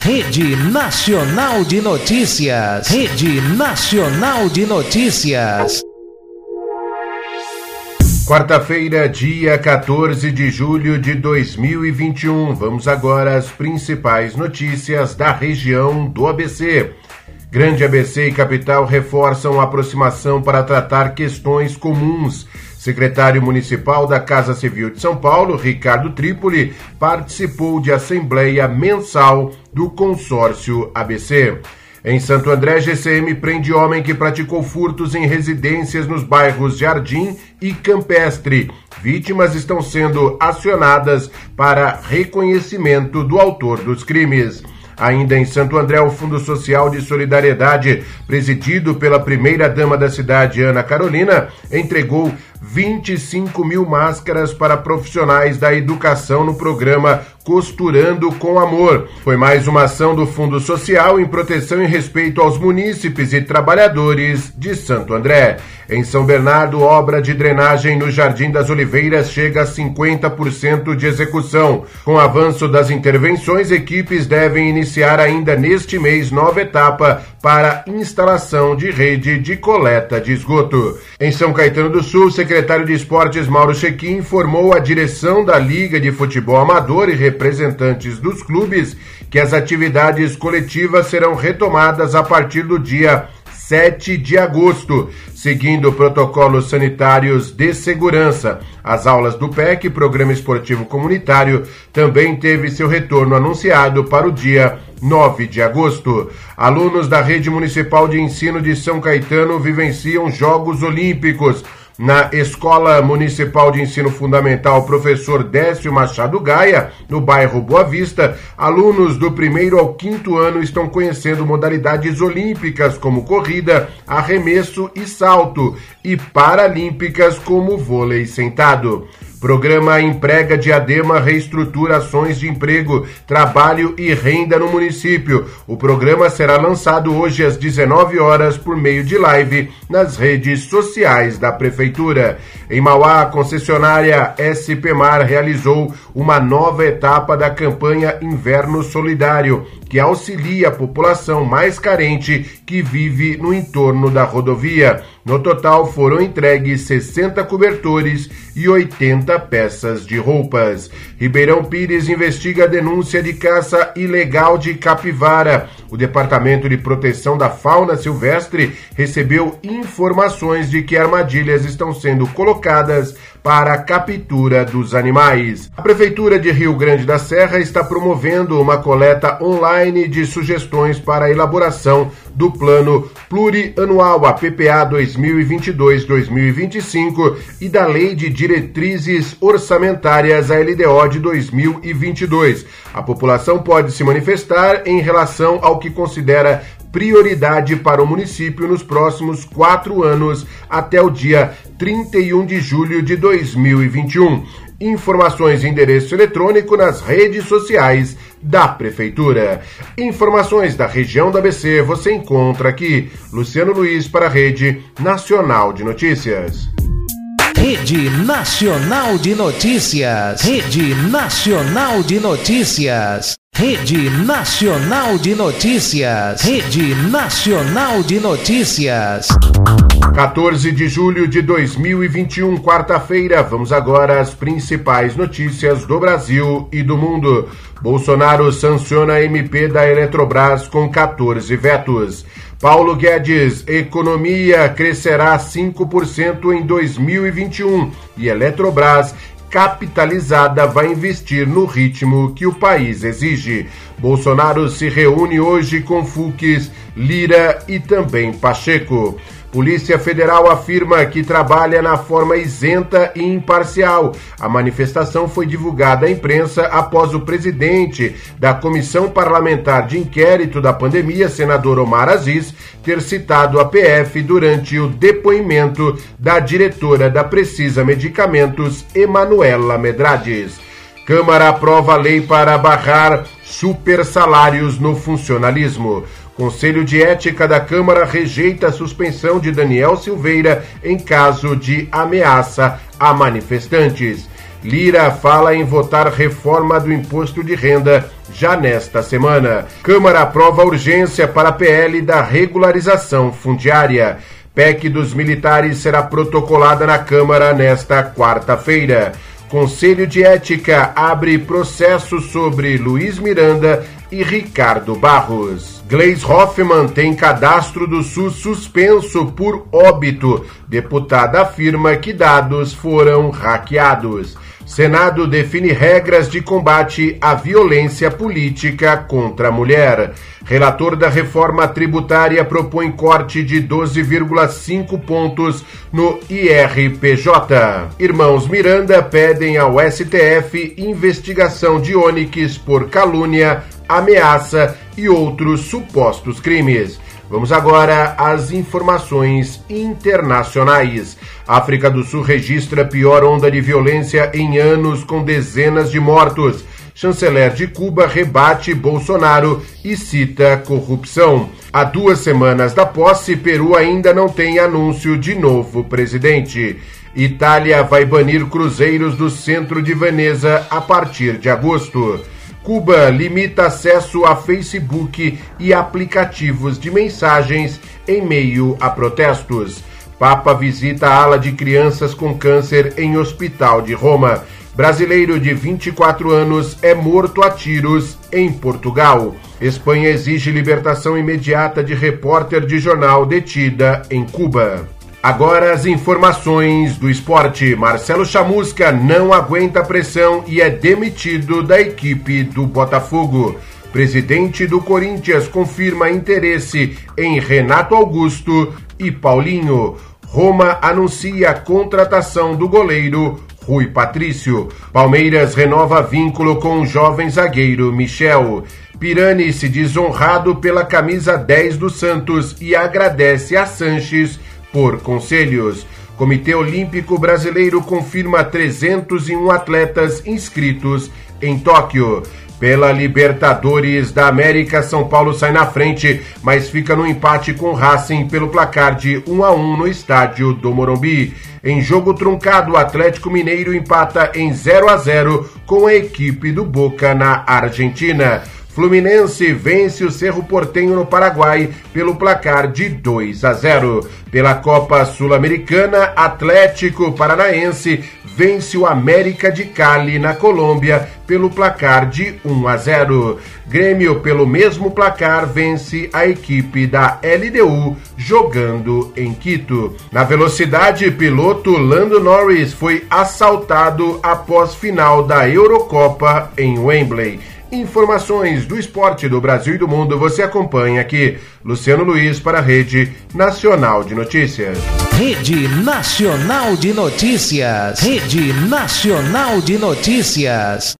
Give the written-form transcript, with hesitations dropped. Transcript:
Rede Nacional de Notícias. Rede Nacional de Notícias. Quarta-feira, dia 14 de julho de 2021. Vamos agora às principais notícias da região do ABC. Grande ABC e Capital reforçam a aproximação para tratar questões comuns. Secretário Municipal da Casa Civil de São Paulo, Ricardo Trípoli, participou de assembleia mensal do consórcio ABC. Em Santo André, GCM prende homem que praticou furtos em residências nos bairros Jardim e Campestre. Vítimas estão sendo acionadas para reconhecimento do autor dos crimes. Ainda em Santo André, o Fundo Social de Solidariedade, presidido pela primeira-dama da cidade, Ana Carolina, entregou 25 mil máscaras para profissionais da educação no programa Costurando com Amor. Foi mais uma ação do Fundo Social em proteção e respeito aos munícipes e trabalhadores de Santo André. Em São Bernardo, obra de drenagem no Jardim das Oliveiras chega a 50% de execução. Com o avanço das intervenções, equipes devem iniciar ainda neste mês nova etapa para instalação de rede de coleta de esgoto. Em São Caetano do Sul, o secretário de Esportes Mauro Chequim informou a direção da Liga de Futebol Amador e representantes dos clubes que as atividades coletivas serão retomadas a partir do dia 7 de agosto, seguindo protocolos sanitários de segurança. As aulas do PEC, Programa Esportivo Comunitário, também teve seu retorno anunciado para o dia 9 de agosto. Alunos da Rede Municipal de Ensino de São Caetano vivenciam Jogos Olímpicos. Na Escola Municipal de Ensino Fundamental Professor Décio Machado Gaia, no bairro Boa Vista, alunos do 1º ao 5º ano estão conhecendo modalidades olímpicas como corrida, arremesso e salto, e paralímpicas como vôlei sentado. Programa Emprega Diadema reestrutura ações de emprego, trabalho e renda no município. O programa será lançado hoje às 19 horas por meio de live nas redes sociais da Prefeitura. Em Mauá, a concessionária SP Mar realizou uma nova etapa da campanha Inverno Solidário, que auxilia a população mais carente que vive no entorno da rodovia. No total, foram entregues 60 cobertores e 80 peças de roupas. Ribeirão Pires investiga a denúncia de caça ilegal de capivara. O Departamento de Proteção da Fauna Silvestre recebeu informações de que armadilhas estão sendo colocadas para a captura dos animais. A Prefeitura de Rio Grande da Serra está promovendo uma coleta online de sugestões para a elaboração do Plano Plurianual, a PPA 2022-2025, e da Lei de Diretrizes Orçamentárias, a LDO de 2022. A população pode se manifestar em relação ao que considera prioridade para o município nos próximos 4 anos, até o dia 31 de julho de 2021. Informações e endereço eletrônico nas redes sociais da Prefeitura. Informações da região do ABC você encontra aqui. Luciano Luiz para a Rede Nacional de Notícias. Rede Nacional de Notícias. Rede Nacional de Notícias. Rede Nacional de Notícias. Rede Nacional de Notícias. 14 de julho de 2021, quarta-feira. Vamos agora às principais notícias do Brasil e do mundo. Bolsonaro sanciona a MP da Eletrobras com 14 vetos. Paulo Guedes, economia crescerá 5% em 2021 e Eletrobras capitalizada vai investir no ritmo que o país exige. Bolsonaro se reúne hoje com Fux, Lira e também Pacheco. Polícia Federal afirma que trabalha na forma isenta e imparcial. A manifestação foi divulgada à imprensa após o presidente da Comissão Parlamentar de Inquérito da Pandemia, senador Omar Aziz, ter citado a PF durante o depoimento da diretora da Precisa Medicamentos, Emanuela Medrades. Câmara aprova a lei para barrar supersalários no funcionalismo. Conselho de Ética da Câmara rejeita a suspensão de Daniel Silveira em caso de ameaça a manifestantes. Lira fala em votar reforma do imposto de renda já nesta semana. Câmara aprova urgência para a PL da regularização fundiária. PEC dos militares será protocolada na Câmara nesta quarta-feira. Conselho de Ética abre processo sobre Luiz Miranda e Ricardo Barros. Gleisi Hoffmann tem cadastro do SUS suspenso por óbito. Deputada afirma que dados foram hackeados. Senado define regras de combate à violência política contra a mulher. Relator da reforma tributária propõe corte de 12,5 pontos no IRPJ. Irmãos Miranda pedem ao STF investigação de Onyx por calúnia, ameaça e outros supostos crimes. Vamos agora às informações internacionais. África do Sul registra pior onda de violência em anos, com dezenas de mortos. Chanceler de Cuba rebate Bolsonaro e cita corrupção. Há 2 semanas da posse, Peru ainda não tem anúncio de novo presidente. Itália vai banir cruzeiros do centro de Veneza a partir de agosto. Cuba limita acesso a Facebook e aplicativos de mensagens em meio a protestos. Papa visita a ala de crianças com câncer em hospital de Roma. Brasileiro de 24 anos é morto a tiros em Portugal. Espanha exige libertação imediata de repórter de jornal detida em Cuba. Agora as informações do esporte. Marcelo Chamusca não aguenta pressão e é demitido da equipe do Botafogo. Presidente do Corinthians confirma interesse em Renato Augusto e Paulinho. Roma anuncia a contratação do goleiro Rui Patrício. Palmeiras renova vínculo com o jovem zagueiro Michel. Pirani se diz honrado pela camisa 10 do Santos e agradece a Sanches por conselhos. Comitê Olímpico Brasileiro confirma 301 atletas inscritos em Tóquio. Pela Libertadores da América, São Paulo sai na frente, mas fica no empate com o Racing pelo placar de 1-1 no estádio do Morumbi. Em jogo truncado, o Atlético Mineiro empata em 0-0 com a equipe do Boca na Argentina. Fluminense vence o Cerro Porteño no Paraguai pelo placar de 2-0. Pela Copa Sul-Americana, Atlético Paranaense vence o América de Cali na Colômbia pelo placar de 1-0. Grêmio, pelo mesmo placar, vence a equipe da LDU jogando em Quito. Na velocidade, piloto Lando Norris foi assaltado após final da Eurocopa em Wembley. Informações do esporte do Brasil e do mundo você acompanha aqui. Luciano Luiz para a Rede Nacional de Notícias. Rede Nacional de Notícias. Rede Nacional de Notícias.